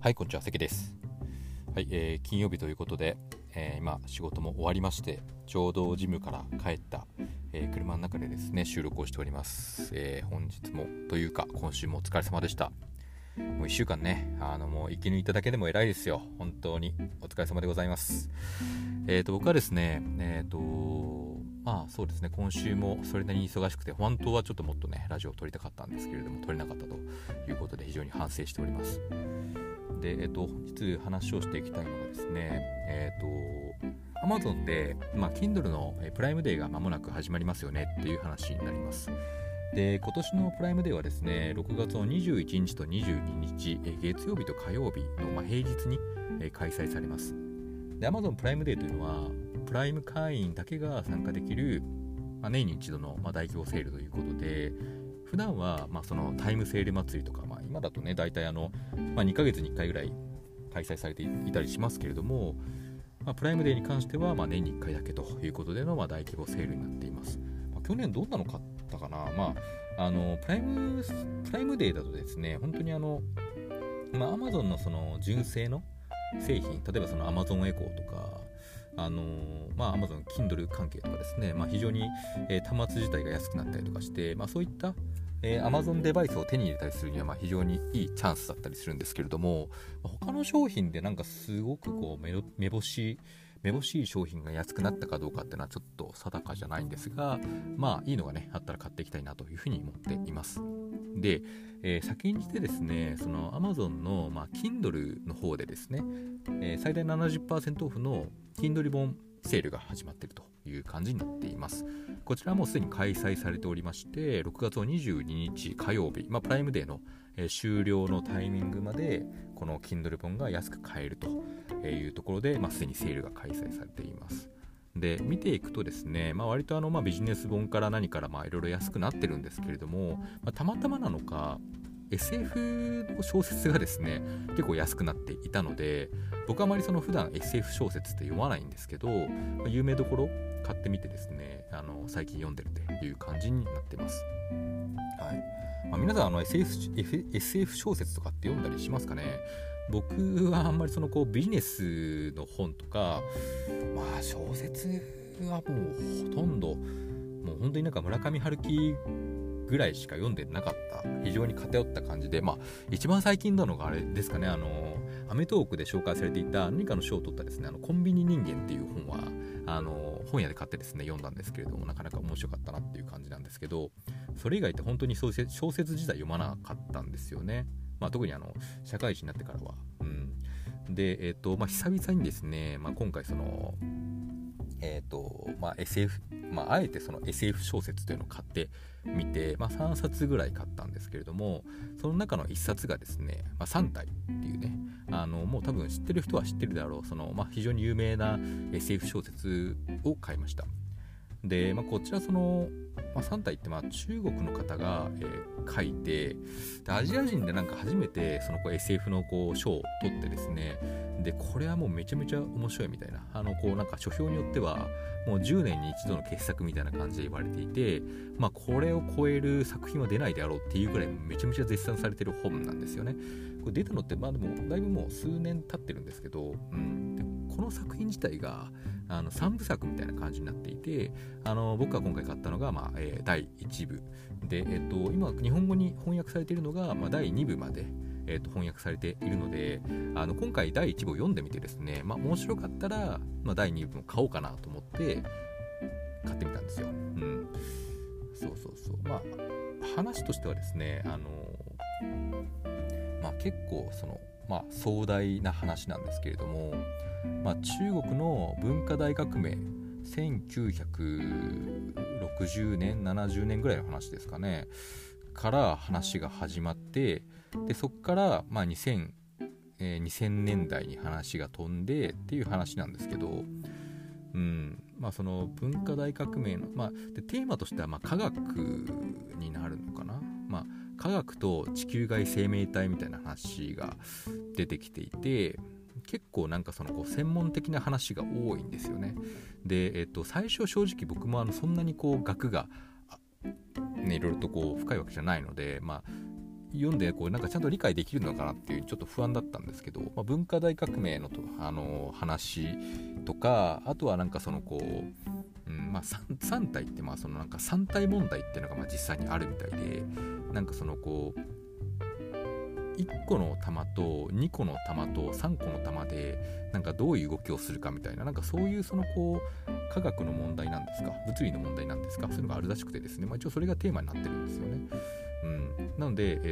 はい、こんにちは、関です。はい、金曜日ということで、今仕事も終わりまして、ちょうどジムから帰った、車の中でですね収録をしております。本日もというか今週もお疲れ様でした。もう1週間ね、もう生き抜いただけでも偉いですよ。本当にお疲れ様でございます。僕はですね、そうですね、今週もそれなりに忙しくて、本当はちょっともっとねラジオを撮りたかったんですけれども撮れなかったということで非常に反省しております。で、本日話をしていきたいのがですね、Amazon で、Kindle のプライムデーが間もなく始まりますよねっていう話になります。で、今年のプライムデーはですね、6月の21日と22日、月曜日と火曜日の、平日に、開催されます。で、Amazon プライムデーというのは、プライム会員だけが参加できる、年に一度の、大規模セールということで、普段は、そのタイムセール祭りとか、今だとね、大体2ヶ月に1回ぐらい開催されていたりしますけれども、プライムデーに関しては、年に1回だけということでの、大規模セールになっています。去年どんなの買ったかな。プライムデーだとですね、本当にAmazon のその純正の製品、例えばその Amazon エコーとか、Amazon Kindle 関係とかですね、非常に、端末自体が安くなったりとかして、そういった、Amazon デバイスを手に入れたりするには、非常にいいチャンスだったりするんですけれども、他の商品でなんかすごくこうめぼしい商品が安くなったかどうかっていうのはちょっと定かじゃないんですが、いいのがねあったら買っていきたいなというふうに思っています。で、先んじてですね、その Amazon の、Kindle の方でですね、最大 70% オフの Kindle 本セールが始まっているという感じになっています。こちらもすでに開催されておりまして、6月の22日火曜日、プライムデーの終了のタイミングまでこの Kindle 本が安く買えるというところで、すでにセールが開催されています。で、見ていくとですね、割とビジネス本から何からいろいろ安くなってるんですけれども、たまたまなのか SF の小説がですね結構安くなっていたので、僕はあまりその普段 SF 小説って読まないんですけど、有名どころ買ってみてですね、最近読んでるという感じになってます。はい。皆さんSF 小説とかって読んだりしますかね。僕はあんまりそのビジネスの本とか、小説はもうほとんどもう本当になんか村上春樹ぐらいしか読んでなかった、非常に偏った感じで、一番最近なのがあれですかね、アメトーークで紹介されていた何かの賞を取ったですね、コンビニ人間っていう本は本屋で買ってですね読んだんですけれども、なかなか面白かったなっていう感じなんですけど、それ以外って本当に小説自体読まなかったんですよね。特に社会人になってからは、で、久々にですね、今回そのSF、あえてその SF 小説というのを買ってみて、3冊ぐらい買ったんですけれども、その中の1冊がですね、3体っていうね、もう多分知ってる人は知ってるだろう、その、非常に有名な SF 小説を買いました。で、こちらその、3体って中国の方が、書いて、でアジア人でなんか初めてそのSF の賞を取ってですね、でこれはもうめちゃめちゃ面白いみたいな、なんか書評によってはもう10年に一度の傑作みたいな感じで言われていて、これを超える作品は出ないであろうっていうぐらいめちゃめちゃ絶賛されてる本なんですよね。これ出たのってでもだいぶもう数年経ってるんですけど、でこの作品自体が3部作みたいな感じになっていて、僕が今回買ったのが、第1部で、今日本語に翻訳されているのが、第2部まで、翻訳されているので、今回第1部を読んでみてですね、面白かったら、第2部も買おうかなと思って買ってみたんですよ。話としてはですね、結構その壮大な話なんですけれども、中国の文化大革命、1960年70年ぐらいの話ですかねから話が始まって、でそこから2000年代に話が飛んでっていう話なんですけど、その文化大革命の、でテーマとしては科学になるのかな。科学と地球外生命体みたいな話が出てきていて、結構なんかその専門的な話が多いんですよね。で、最初正直僕もそんなに学がいろいろと深いわけじゃないので、 読んでこうなんかちゃんと理解できるのかなっていうちょっと不安だったんですけど、文化大革命の話とか、あとはなんかそのこう、3体ってそのなんか3体問題っていうのが実際にあるみたいで、なんかそのこう1個の弾と2個の弾と3個の弾でなんかどういう動きをするかみたいな、なんかそういうそのこう科学の問題なんですか、物理の問題なんですか、そういうのがあるらしくてですね、一応それがテーマになってるんですよね。なので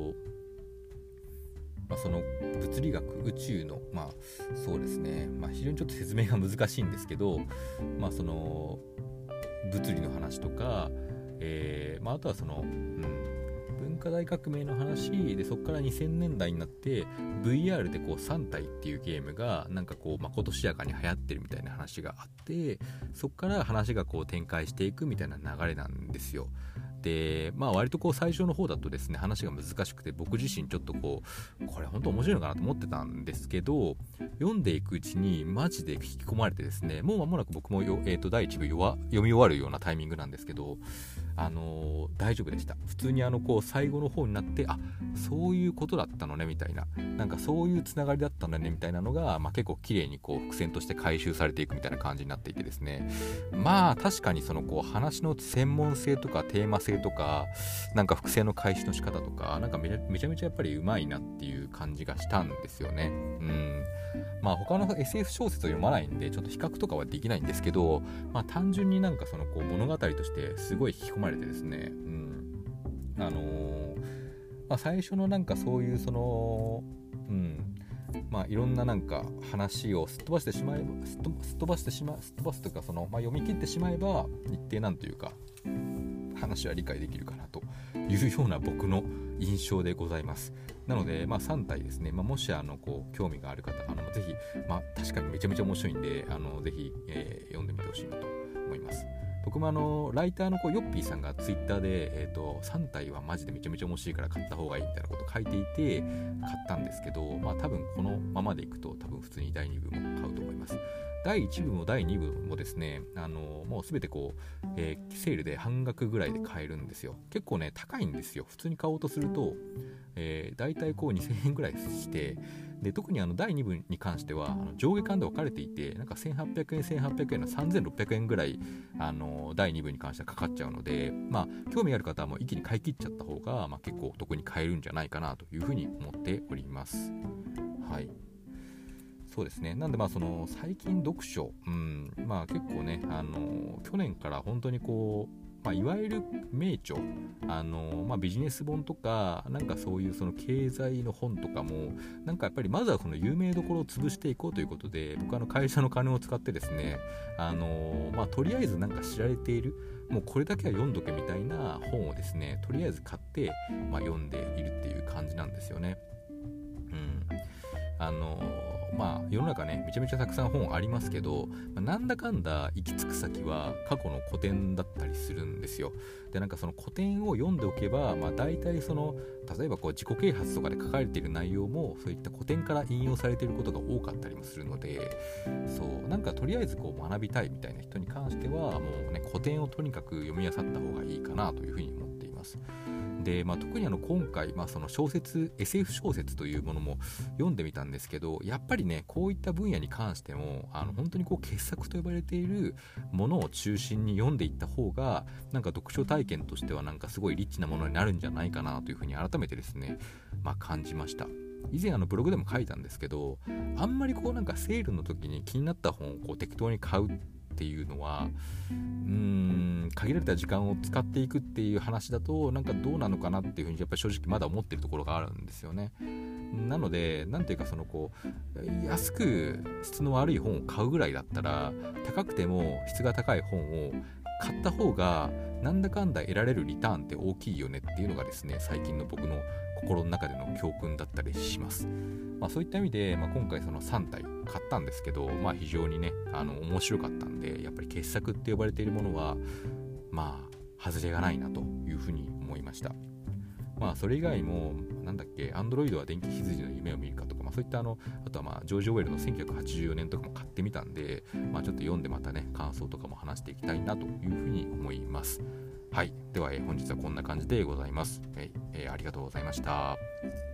その物理学、宇宙のそうですね、非常にちょっと説明が難しいんですけど、その物理の話とか、あとはその、文化大革命の話で、そこから2000年代になって VR でこう3体っていうゲームがなんかこう、今年やかに流行ってるみたいな話があって、そこから話がこう展開していくみたいな流れなんですよ。で、割とこう最初の方だとですね、話が難しくて、僕自身ちょっとこれ本当面白いのかなと思ってたんですけど、読んでいくうちにマジで引き込まれてですね、もう間もなく僕も第1部読み終わるようなタイミングなんですけど、大丈夫でした。普通にこう最後の方になって、そういうことだったのねみたいな、なんかそういうつながりだったのねみたいなのが、結構綺麗にこう伏線として回収されていくみたいな感じになっていてですね、確かにそのこう話の専門性とかテーマ性とか、なんか伏線の回収の仕方とか、なんかめちゃめちゃやっぱりうまいなっていう感じがしたんですよね。他の SF 小説を読まないんでちょっと比較とかはできないんですけど、単純になんかそのこう物語としてすごい引き込まれてですね、最初のなんかそういうそのいろんななんか話をすっ飛ばすというか、その読み切ってしまえば一定なんというか話は理解できるかなというような僕の印象でございます。なので、3体ですね、もしこう興味がある方、ぜひ、確かにめちゃめちゃ面白いんで、ぜひ、読んでみてほしいなと思います。僕もライターのヨッピーさんがツイッターで、3体はマジでめちゃめちゃ面白いから買った方がいいみたいなことを書いていて買ったんですけど、多分このままでいくと多分普通に第2部も買うと思います。第1部も第2部もですね、もうすべてこう、セールで半額ぐらいで買えるんですよ。結構ね高いんですよ。普通に買おうとすると、だいたいこう2000円ぐらいして、で特に第2部に関しては上下巻で分かれていて、なんか1800円の3600円ぐらい第2部に関してはかかっちゃうので、興味ある方はもう一気に買い切っちゃった方が、結構お得に買えるんじゃないかなというふうに思っております。はい、そうですね。なんでその最近読書、結構ね去年から本当にこういわゆる名著、ビジネス本とか、なんかそういうその経済の本とかも、なんかやっぱりまずはその有名どころを潰していこうということで、僕会社の金を使ってですね、とりあえずなんか知られている、もうこれだけは読んどけみたいな本をですね、とりあえず買って、読んでいるっていう感じなんですよね。世の中ねめちゃめちゃたくさん本ありますけど、なんだかんだ行き着く先は過去の古典だったりするんですよ。でなんかその古典を読んでおけば、大体その例えばこう自己啓発とかで書かれている内容もそういった古典から引用されていることが多かったりもするので、そうなんかとりあえずこう学びたいみたいな人に関してはもうね古典をとにかく読み漁った方がいいかなというふうに思っています。で特に今回、その小説 SF 小説というものも読んでみたんですけど、やっぱりねこういった分野に関しても本当にこう傑作と呼ばれているものを中心に読んでいった方が、なんか読書体験としてはなんかすごいリッチなものになるんじゃないかなというふうに改めてですね、感じました。以前ブログでも書いたんですけど、あんまりこうなんかセールの時に気になった本をこう適当に買うっていうのは限られた時間を使っていくっていう話だとなんかどうなのかなっていうふうにやっぱり正直まだ思ってるところがあるんですよね。なのでなんていうかそのこう安く質の悪い本を買うぐらいだったら、高くても質が高い本を買った方がなんだかんだ得られるリターンって大きいよねっていうのがですね、最近の僕の心の中での教訓だったりします。そういった意味で、今回その3体買ったんですけど、非常にね面白かったんで、やっぱり傑作って呼ばれているものは外れがないなというふうに思いました。それ以外もなんだっけ、アンドロイドは電気羊の夢を見るかとか、そういったあとはジョージ・オーウェルの1984年とかも買ってみたんで、ちょっと読んでまたね感想とかも話していきたいなというふうに思います。はい、では、本日はこんな感じでございます。 ありがとうございました。